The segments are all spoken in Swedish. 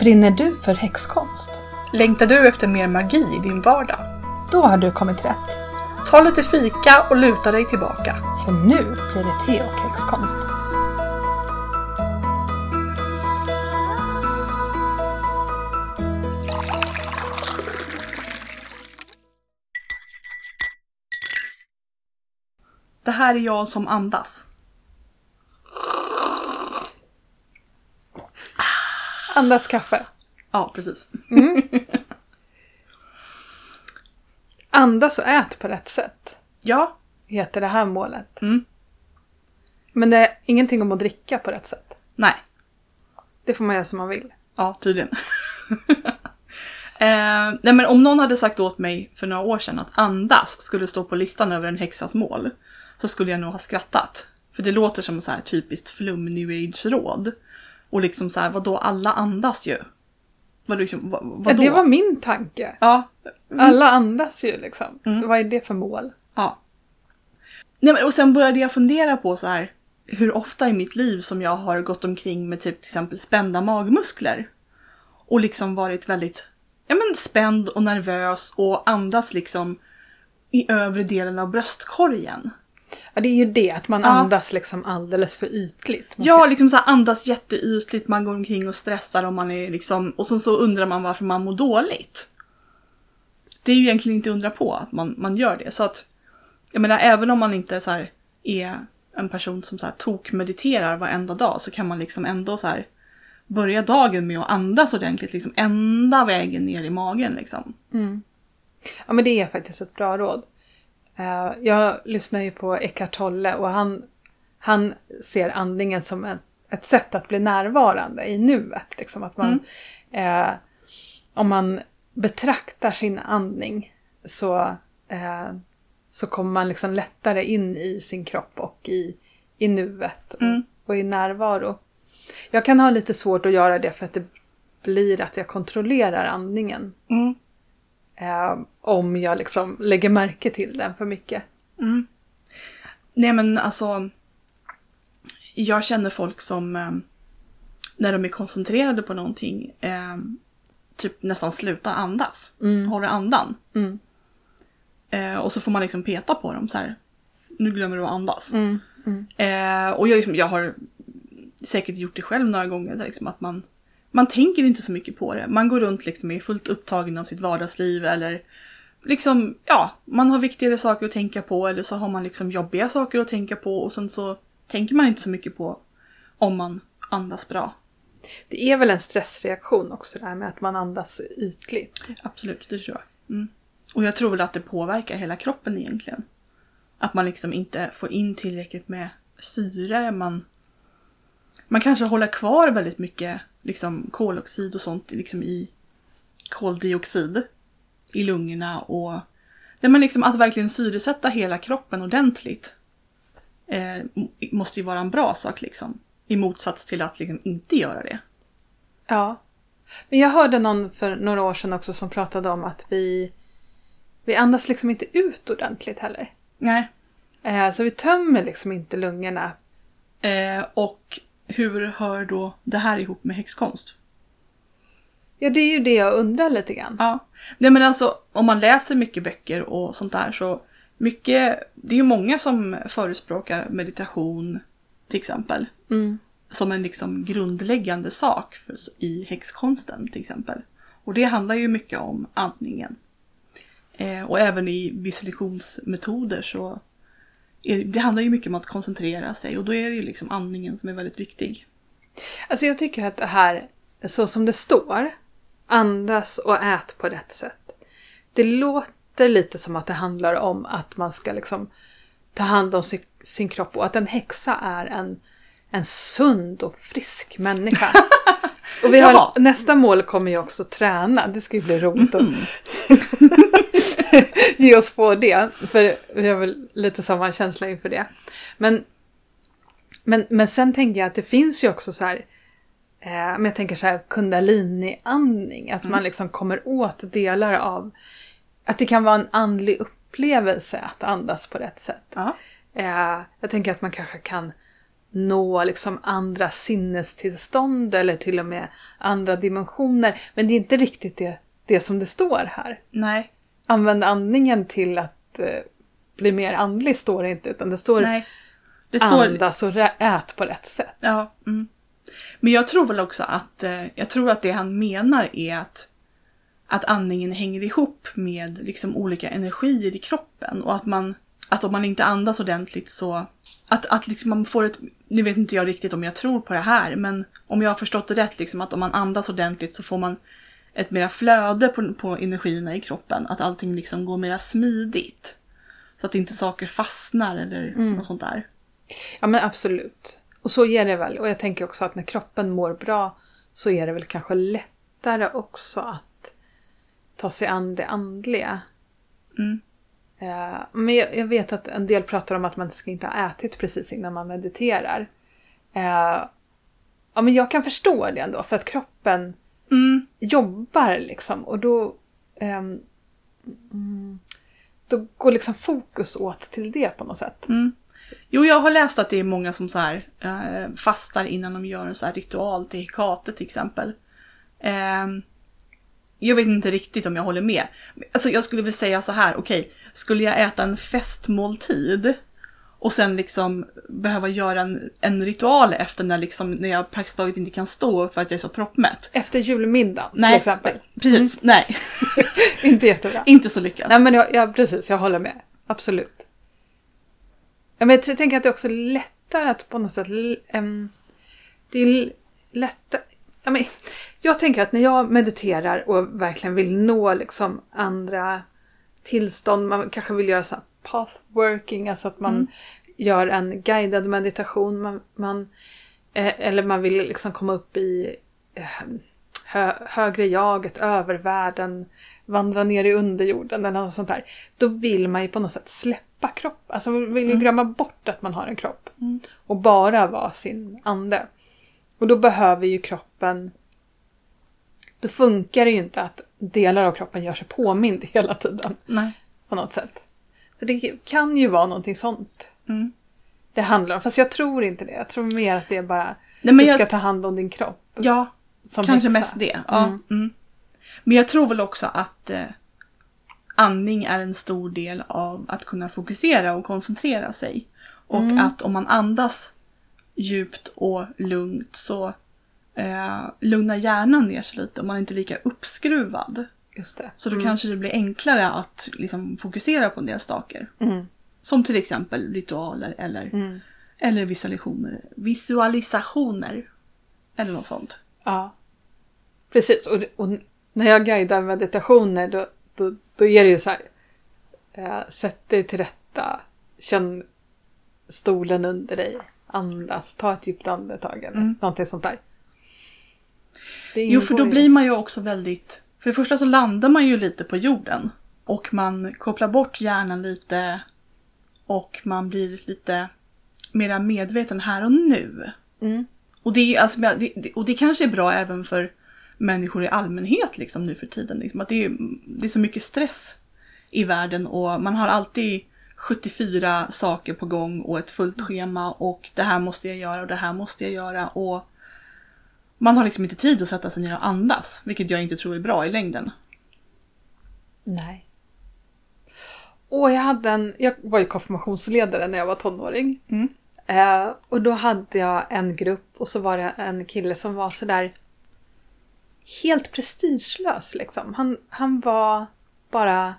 Brinner du för häxkonst? Längtar du efter mer magi i din vardag? Då har du kommit rätt. Ta lite fika och luta dig tillbaka. För nu blir det te och häxkonst. Det här är jag som andas. Andas kaffe. Ja, precis. Andas och ät på rätt sätt. Ja. Heter det här målet. Mm. Men det är ingenting om att dricka på rätt sätt. Nej. Det får man göra som man vill. Ja, tydligen. Nej, men om någon hade sagt åt mig för några år sedan att andas skulle stå på listan över en häxas mål, så skulle jag nog ha skrattat. För det låter som så här typiskt flum new age-råd. Och liksom så här, vadå, alla andas ju. Vadå? Ja, det var min tanke. Ja. Alla andas ju liksom. Vad är det för mål? Ja. Nej, men, och sen började jag fundera på så här, hur ofta i mitt liv som jag har gått omkring med typ till exempel spända magmuskler. Och liksom varit väldigt spänd och nervös och andas liksom i övre delen av bröstkorgen. Ja, det är ju det, att man andas liksom alldeles för ytligt. Ja, liksom så här andas jätteytligt, man går omkring och stressar och man är liksom, och så undrar man varför man mår dåligt. Det är ju egentligen inte undra på att man gör det. Så att, jag menar, även om man inte så här är en person som så här tokmediterar varenda dag, så kan man liksom ändå så här börja dagen med att andas ordentligt, liksom ända vägen ner i magen liksom. Mm. Ja, men det är faktiskt ett bra råd. Jag lyssnar ju på Eckhart Tolle och han ser andningen som ett sätt att bli närvarande i nuet. Liksom. Att man, om man betraktar sin andning så kommer man liksom lättare in i sin kropp och i nuet och i närvaro. Jag kan ha lite svårt att göra det för att det blir att jag kontrollerar andningen. Om jag liksom lägger märke till den för mycket. Nej, men alltså, jag känner folk som när de är koncentrerade på någonting typ nästan slutar andas. Håller andan. Och så får man liksom peta på dem så här. Nu glömmer du att andas. Och jag har säkert gjort det själv några gånger. Liksom, att man tänker inte så mycket på det. Man går runt liksom, är fullt upptagen av sitt vardagsliv. Eller liksom, man har viktigare saker att tänka på. Eller så har man liksom jobbiga saker att tänka på. Och sen så tänker man inte så mycket på om man andas bra. Det är väl en stressreaktion också det här med att man andas ytligt. Absolut, det tror jag. Och jag tror väl att det påverkar hela kroppen egentligen. Att man liksom inte får in tillräckligt med syre. Man kanske håller kvar väldigt mycket liksom koloxid och sånt liksom i koldioxid i lungorna. Och liksom att verkligen syresätta hela kroppen ordentligt måste ju vara en bra sak liksom. I motsats till att liksom inte göra det. Ja. Men jag hörde någon för några år sedan också som pratade om att vi andas liksom inte ut ordentligt heller. Nej. Så vi tömmer liksom inte lungorna. Och hur hör då det här ihop med häxkonst? Ja, det är ju det jag undrar lite grann. Ja. Nej, men alltså, om man läser mycket böcker och sånt där så det är ju många som förespråkar meditation till exempel. Som en liksom grundläggande sak i häxkonsten till exempel. Och det handlar ju mycket om andningen. Och även i visualisationsmetoder så det handlar ju mycket om att koncentrera sig. Och då är det ju liksom andningen som är väldigt viktig. Alltså jag tycker att det här, så som det står, andas och ät på rätt sätt. Det låter lite som att det handlar om att man ska liksom ta hand om sin kropp. Och att en häxa är en sund och frisk människa. Och vi har, nästa mål kommer ju också träna. Det ska ju bli roligt att ge oss på det. För vi har väl lite samma känsla inför det. Men sen tänker jag att det finns ju också så här. Men jag tänker så här kundalini-andning. Att man liksom kommer åt delar av. Att det kan vara en andlig upplevelse att andas på rätt sätt. Jag tänker att man kanske kan nå liksom andra sinnestillstånd eller till och med andra dimensioner. Men det är inte riktigt det som det står här. Nej. Använd andningen till att bli mer andlig står det inte, utan det står, Nej. Det står andas och ät på rätt sätt. Ja. Men jag tror väl också att det han menar är att andningen hänger ihop med liksom olika energier i kroppen. Och att om man inte andas ordentligt så... Att liksom man får ett... Nu vet inte jag riktigt om jag tror på det här. Men om jag har förstått det rätt, liksom, att om man andas ordentligt så får man ett mera flöde på energierna i kroppen. Att allting liksom går mera smidigt. Så att inte saker fastnar eller något sånt där. Ja, men absolut. Och så är det väl. Och jag tänker också att när kroppen mår bra så är det väl kanske lättare också att ta sig an det andliga. Men jag vet att en del pratar om att man ska inte ha ätit precis innan man mediterar. Ja, men jag kan förstå det ändå. För att kroppen jobbar liksom. Och då går liksom fokus åt till det på något sätt. Jo, jag har läst att det är många som så här, fastar innan de gör en så här ritual till Hekate till exempel. Jag vet inte riktigt om jag håller med. Alltså jag skulle väl säga så här, okej, skulle jag äta en festmåltid och sen liksom behöva göra en ritual efter när jag praktiskt taget inte kan stå för att jag är så proppmätt. Efter julmiddagen till exempel. Precis, nej. Inte jättebra. Inte så lyckas. Nej, men precis, jag håller med. Absolut. Ja, men jag tänker att det är också lättare att på något sätt... det är lättare... Ja, men jag tänker att när jag mediterar och verkligen vill nå liksom andra tillstånd, man kanske vill göra så här pathworking, alltså att man gör en guidad meditation, eller man vill liksom komma upp i högre jaget, övervärlden, vandra ner i underjorden eller något sånt där. Då vill man ju på något sätt släppa kropp. Alltså man vill ju glömma bort att man har en kropp. Och bara vara sin ande. Och då behöver ju kroppen... Då funkar det ju inte att delar av kroppen gör sig påmind hela tiden. Nej. På något sätt. Så det kan ju vara någonting sånt. Det handlar om. Fast jag tror inte det. Jag tror mer att det är bara... du ska ta hand om din kropp. Ja, som kanske häxa. Mest det. Ja. Men jag tror väl också att andning är en stor del av att kunna fokusera och koncentrera sig. Och att om man andas djupt och lugnt så lugnar hjärnan ner sig lite och man är inte lika uppskruvad. Just det. Så då kanske det blir enklare att liksom fokusera på en del saker. Som till exempel ritualer eller visualisationer. Eller något sånt. Ja, precis. Och när jag guidar meditationer då är det ju så här. Sätt dig till rätta. Känn stolen under dig. Andas. Ta ett djupt andetag eller någonting sånt där. Jo, för då blir man ju också väldigt... För det första så landar man ju lite på jorden. Och man kopplar bort hjärnan lite. Och man blir lite mer medveten här och nu. Och det kanske är bra även för människor i allmänhet liksom, nu för tiden. Liksom, att det är så mycket stress i världen. Och man har alltid 74 saker på gång och ett fullt schema. Och det här måste jag göra och det här måste jag göra. Och man har liksom inte tid att sätta sig ner och andas. Vilket jag inte tror är bra i längden. Nej. Och jag var ju konfirmationsledare när jag var tonåring. Och då hade jag en grupp och så var det en kille som var så där helt prestigelös liksom. Han var bara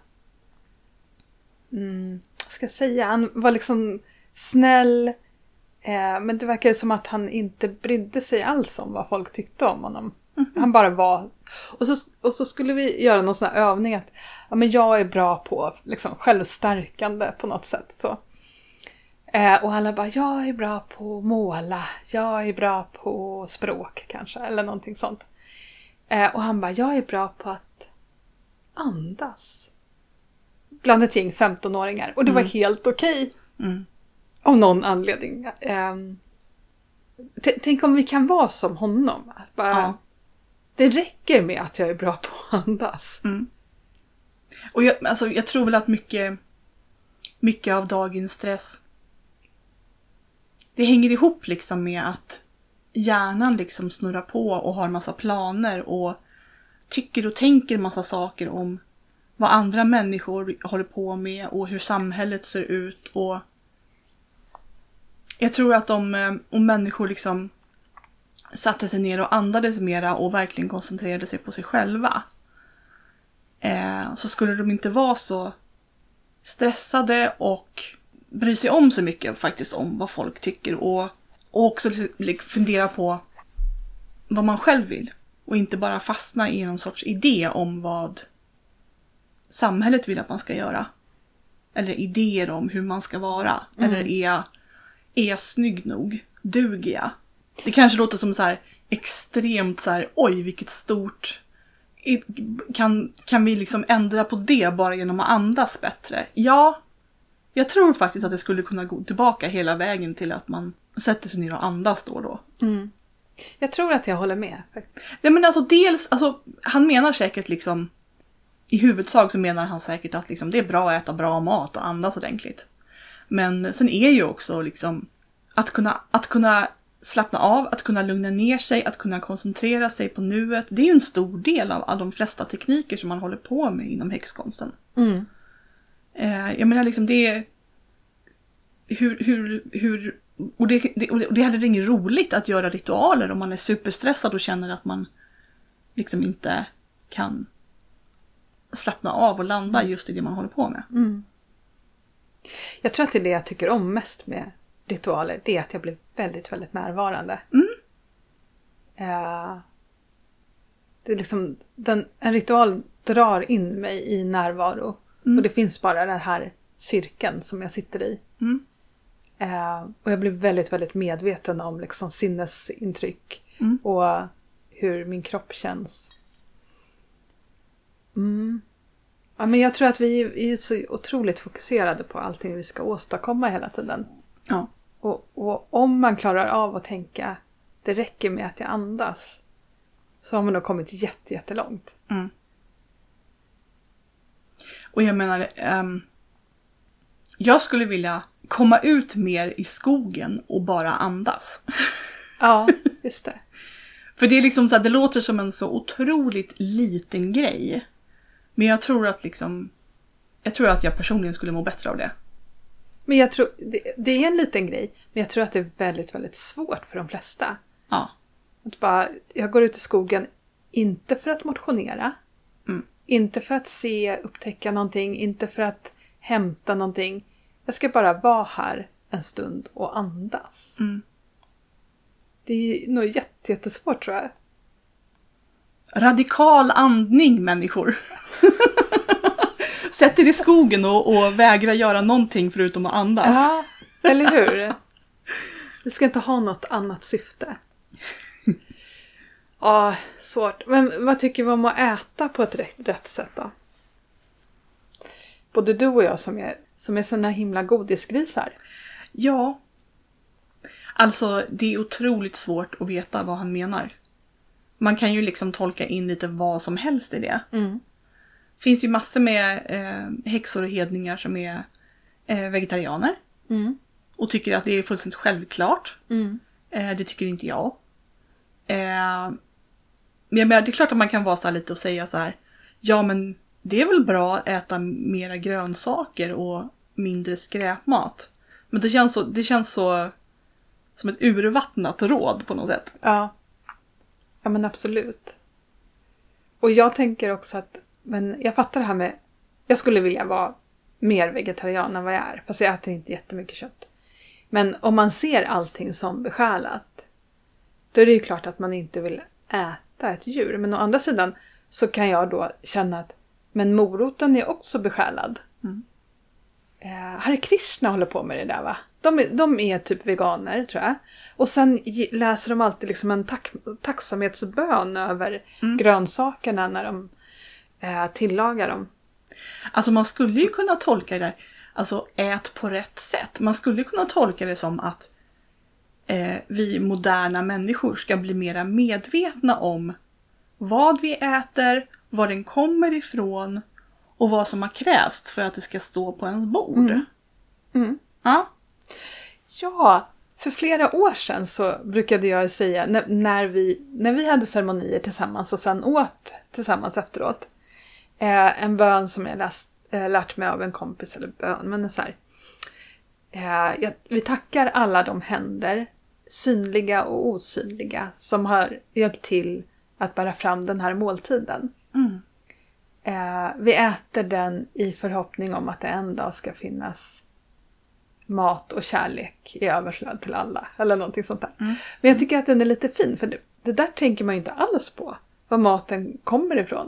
ska jag säga, han var liksom snäll, men det verkade som att han inte brydde sig alls om vad folk tyckte om honom. Han bara var. Och så skulle vi göra någon sån här övning att ja, men jag är bra på liksom självstärkande på något sätt så. Och alla bara, jag är bra på att måla. Jag är bra på språk kanske. Eller någonting sånt. Och han bara, jag är bra på att andas. Bland ett gäng 15-åringar. Och det var helt okej. Av någon anledning. Tänk om vi kan vara som honom. Att bara, det räcker med att jag är bra på att andas. Och jag tror väl att mycket av dagens stress det hänger ihop liksom med att hjärnan liksom snurrar på och har en massa planer och tycker och tänker massa saker om vad andra människor håller på med och hur samhället ser ut. Och jag tror att om människor liksom satte sig ner och andades mera och verkligen koncentrerade sig på sig själva, så skulle de inte vara så stressade och bry sig om så mycket faktiskt om vad folk tycker och också fundera på vad man själv vill och inte bara fastna i någon sorts idé om vad samhället vill att man ska göra. Eller idéer om hur man ska vara. Eller är jag snygg nog? Duger jag? Det kanske låter som så här extremt så här, oj vilket stort. Kan vi liksom ändra på det bara genom att andas bättre? Ja, jag tror faktiskt att det skulle kunna gå tillbaka hela vägen till att man sätter sig ner och andas då och då. Mm. Jag tror att jag håller med. Nej, men alltså dels, alltså, han menar säkert liksom, i huvudsak så menar han säkert att liksom, det är bra att äta bra mat och andas ordentligt. Men sen är ju också liksom att kunna slappna av, att kunna lugna ner sig, att kunna koncentrera sig på nuet. Det är ju en stor del av de flesta tekniker som man håller på med inom häxkonsten. Mm. Jag menar liksom det är och det är heller inget roligt att göra ritualer om man är superstressad och känner att man liksom inte kan slappna av och landa just i det man håller på med. Mm. Jag tror att det är det jag tycker om mest med ritualer. Det är att jag blir väldigt, väldigt närvarande. Mm. Det är liksom, en ritual drar in mig i närvaro. Och det finns bara den här cirkeln som jag sitter i. Mm. Och jag blir väldigt, väldigt medveten om liksom sinnesintryck. Och hur min kropp känns. Ja, men jag tror att vi är så otroligt fokuserade på allting vi ska åstadkomma hela tiden. Ja. Och om man klarar av att tänka, det räcker med att jag andas, så har man nog kommit jättelångt. Mm. Och jag menar, jag skulle vilja komma ut mer i skogen och bara andas. Ja, just det. För det är liksom så här, det låter som en så otroligt liten grej. Men jag tror att jag personligen skulle må bättre av det. Men jag tror, det är en liten grej, men jag tror att det är väldigt, väldigt svårt för de flesta. Ja. Att jag går ut i skogen inte för att motionera. Inte för att upptäcka någonting, inte för att hämta någonting. Jag ska bara vara här en stund och andas. Det är nog jättesvårt, tror jag. Radikal andning, människor. Sätt er i skogen och vägra göra någonting förutom att andas. Ja, eller hur? Det ska inte ha något annat syfte. Ja, svårt. Men vad tycker vi om att äta på ett rätt sätt då? Både du och jag som är såna himla godisgrisar. Ja. Alltså, det är otroligt svårt att veta vad han menar. Man kan ju liksom tolka in lite vad som helst i det. Finns ju massor med häxor och hedningar som är vegetarianer. Och tycker att det är fullständigt självklart. Det tycker inte jag. Men det är klart att man kan vara så här lite och säga så här: ja, men det är väl bra att äta mera grönsaker och mindre skräpmat. Men det känns så som ett urvattnat råd på något sätt. Ja, men absolut. Och jag tänker också att, men jag fattar det här med, jag skulle vilja vara mer vegetarian än vad jag är. Fast jag äter inte jättemycket kött. Men om man ser allting som besjälat, då är det ju klart att man inte vill äta ett djur. Men å andra sidan så kan jag då känna att, men moroten är också besjälad. Hare Krishna håller på med det där, va? De är typ veganer, tror jag. Och sen läser de alltid liksom en tacksamhetsbön över grönsakerna när de tillagar dem. Alltså man skulle ju kunna tolka det där, alltså ät på rätt sätt. Man skulle kunna tolka det som att vi moderna människor ska bli mera medvetna om vad vi äter, var den kommer ifrån och vad som har krävts för att det ska stå på ens bord. Mm. Ja. Ja, för flera år sedan så brukade jag säga, när vi hade ceremonier tillsammans och sen åt tillsammans efteråt, en bön som jag lärt mig av en kompis, eller bön, men så här. Vi tackar alla de händer, synliga och osynliga, som har hjälpt till att bära fram den här måltiden. Vi äter den i förhoppning om att det en dag ska finnas mat och kärlek i överflöd till alla. Eller någonting sånt där. Men jag tycker att den är lite fin. För det där tänker man ju inte alls på. Var maten kommer ifrån.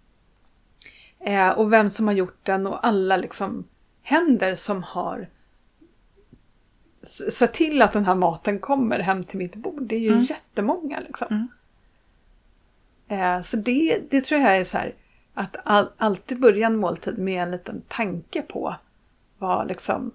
Och vem som har gjort den. Och alla liksom händer som har sett till att den här maten kommer hem till mitt bord. Det är ju jättemånga liksom. Så det tror jag är så här. Att alltid börja en måltid med en liten tanke på vad liksom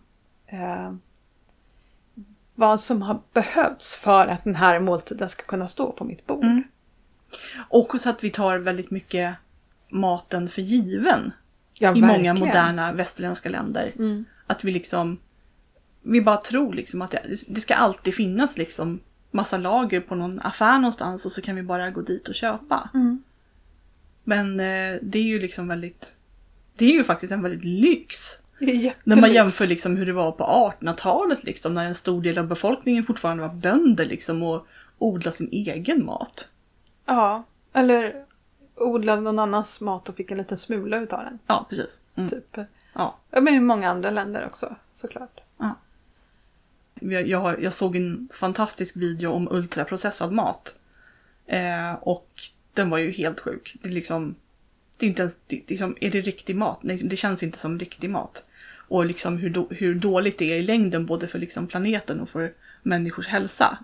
vad som har behövts för att den här måltiden ska kunna stå på mitt bord. Och så att vi tar väldigt mycket maten för given. Ja, i verkligen. många moderna västerländska länder. Att vi bara tror liksom att det ska alltid finnas liksom massa lager på någon affär någonstans och så kan vi bara gå dit och köpa. Men det är ju liksom det är ju faktiskt en väldigt lyx. När man jämför liksom hur det var på 1800-talet liksom, när en stor del av befolkningen fortfarande var bönder liksom och odlade sin egen mat. Ja, eller odlade någon annans mat och fick en liten smula utav den. Ja, precis. Typ. Ja. Men i många andra länder också, såklart. Ja. Jag såg en fantastisk video om ultraprocessad mat. Och den var ju helt sjuk. Det är liksom, det är inte ens, är det riktig mat? Nej, det känns inte som riktig mat. Och liksom hur dåligt det är i längden både för liksom planeten och för människors hälsa.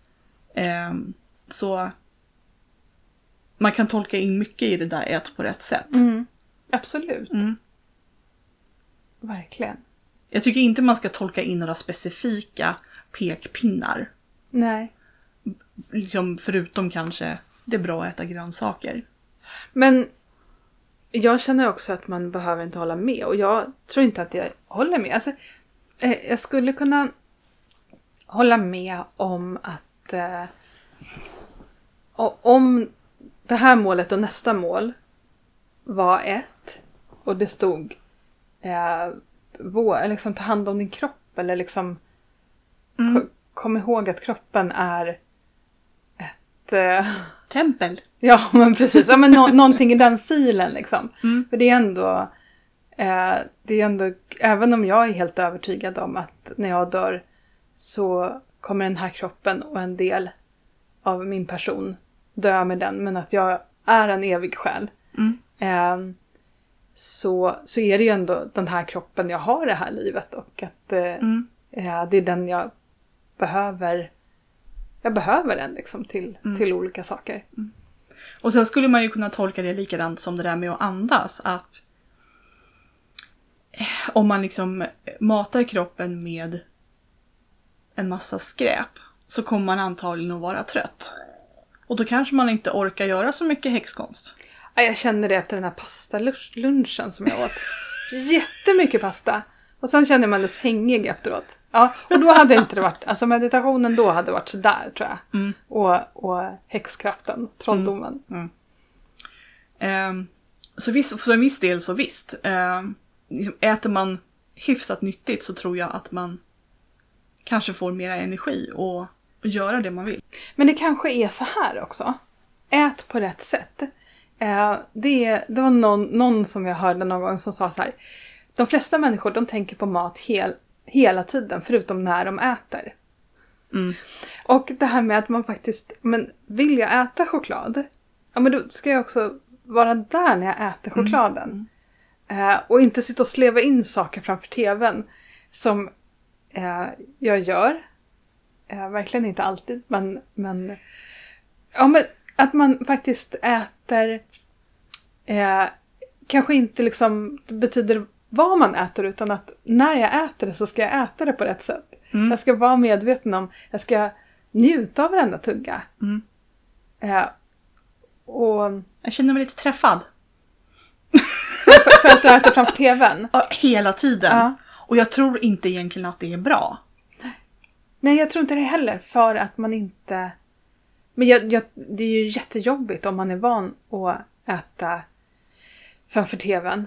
Så man kan tolka in mycket i det där ät på rätt sätt. Absolut. Verkligen. Jag tycker inte man ska tolka in några specifika pekpinnar. Nej. Liksom förutom kanske det är bra att äta grönsaker. Men jag känner också att man behöver inte hålla med. Och jag tror inte att jag håller med. Alltså, jag skulle kunna hålla med om att om det här målet och nästa mål var ett. Och det stod liksom, ta hand om din kropp. Eller liksom kom ihåg att kroppen är ett tempel. Ja, men precis. Ja, men någonting i den stilen liksom. För det är ändå, även om jag är helt övertygad om att när jag dör så kommer den här kroppen och en del av min person dö med den. Men att jag är en evig själ. Så är det ju ändå den här kroppen jag har det här livet. Och att det är den jag behöver. Jag behöver den liksom till olika saker. Och sen skulle man ju kunna tolka det likadant som det där med att andas. Att om man liksom matar kroppen med en massa skräp så kommer man antagligen att vara trött. Och då kanske man inte orkar göra så mycket häxkonst. Jag känner det efter den här pastalunchen som jag åt. Jättemycket pasta. Och sen känner man sig hängig efteråt. Ja, och då hade inte det varit, alltså meditationen då hade varit sådär tror jag. Och häxkraften, trolldomen. Så visst, för en viss del så visst. Äter man hyfsat nyttigt så tror jag att man kanske får mera energi och göra det man vill. Men det kanske är så här också. Ät på rätt sätt. Det var någon som jag hörde någon gång som sa så här. De flesta människor de tänker på mat hela tiden förutom när de äter. Och det här med att man faktiskt, men vill jag äta choklad? Ja, men då ska jag också vara där när jag äter chokladen. Och inte sitta och sleva in saker framför tvn som jag gör. Verkligen inte alltid, men ja, men att man faktiskt äter kanske inte liksom det betyder vad man äter utan att när jag äter det så ska jag äta det på rätt sätt. Jag ska vara medveten om, jag ska njuta av varenda tugga. Och jag känner mig lite träffad. för att du äter framför tvn? Ja, hela tiden. Ja. Och jag tror inte egentligen att det är bra. Nej, jag tror inte det heller. För att man inte... Men det är ju jättejobbigt om man är van att äta framför tvn.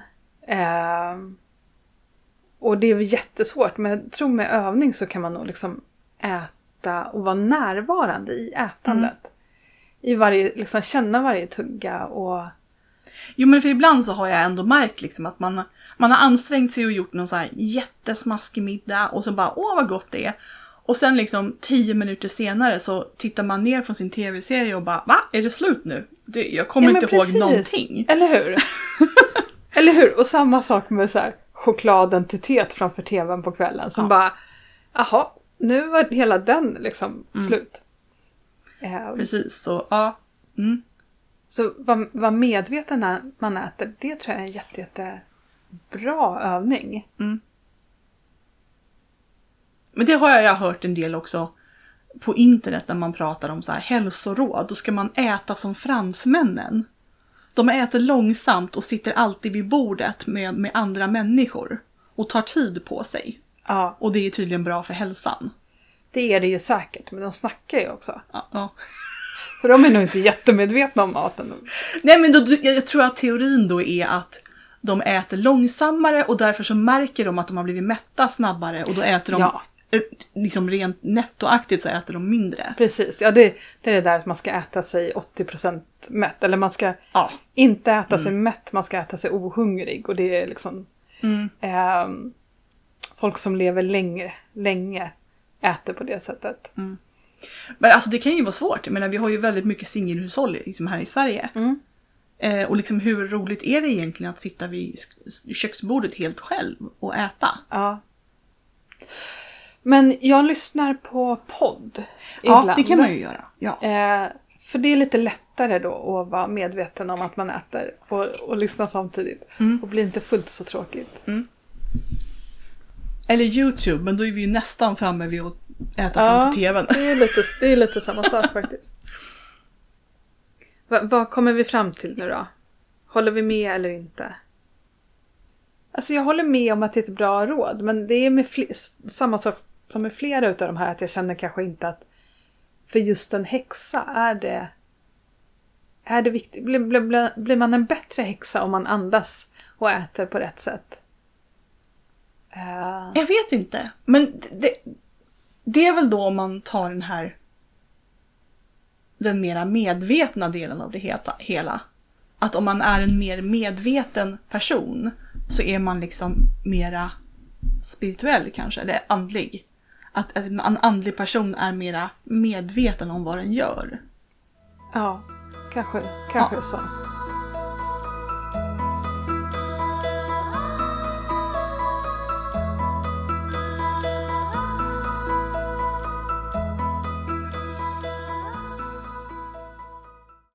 Och det är jättesvårt. Men jag tror med övning så kan man nog liksom äta och vara närvarande i ätandet. I varje, liksom känna varje tugga och... Jo, men för ibland så har jag ändå märkt liksom att man har ansträngt sig och gjort någon så här jättesmaskig middag och så bara, åh vad gott det är. Och sen liksom 10 minuter senare så tittar man ner från sin tv-serie och bara, va? Är det slut nu? Jag kommer inte ihåg någonting. Eller hur? Eller hur? Och samma sak med så här chokladentitet framför tvn på kvällen. Som bara, jaha, nu var hela den liksom slut. Precis, så ja. Så vad medveten när man äter, det tror jag är en jättebra övning. Men det har jag hört en del också på internet när man pratar om så här hälsoråd. Då ska man äta som fransmännen. De äter långsamt och sitter alltid vid bordet med andra människor. Och tar tid på sig. Ja. Och det är tydligen bra för hälsan. Det är det ju säkert, men de snackar ju också. Ja. Så de är nog inte jättemedvetna om maten. Nej, men jag tror att teorin då är att de äter långsammare och därför så märker de att de har blivit mätta snabbare och då äter de liksom rent nettoaktigt så äter de mindre. Precis, ja det är det där att man ska äta sig 80% mätt. Eller man ska inte äta sig mätt, man ska äta sig ohungrig. Och det är liksom folk som lever länge äter på det sättet. Men alltså det kan ju vara svårt. Jag menar, vi har ju väldigt mycket singelhushåll liksom här i Sverige. Och liksom hur roligt är det egentligen att sitta vid köksbordet helt själv och äta? Ja. Men jag lyssnar på podd ibland. Ja, det kan man ju göra. Ja. För det är lite lättare då att vara medveten om att man äter och lyssna samtidigt. Och blir inte fullt så tråkigt. Eller YouTube, men då är vi ju nästan framme vid att äta framför tvn. Det är lite samma sak faktiskt. Vad kommer vi fram till nu då? Håller vi med eller inte? Alltså jag håller med om att det är ett bra råd. Men det är med samma sak som med flera utav de här. Att jag känner kanske inte att för just en häxa är det viktigt. Blir man en bättre häxa om man andas och äter på rätt sätt? Jag vet inte. Men det är väl då om man tar den mera medvetna delen av det hela. Att om man är en mer medveten person så är man liksom mera spirituell kanske, eller andlig. Att en andlig person är mera medveten om vad den gör. Ja, kanske så.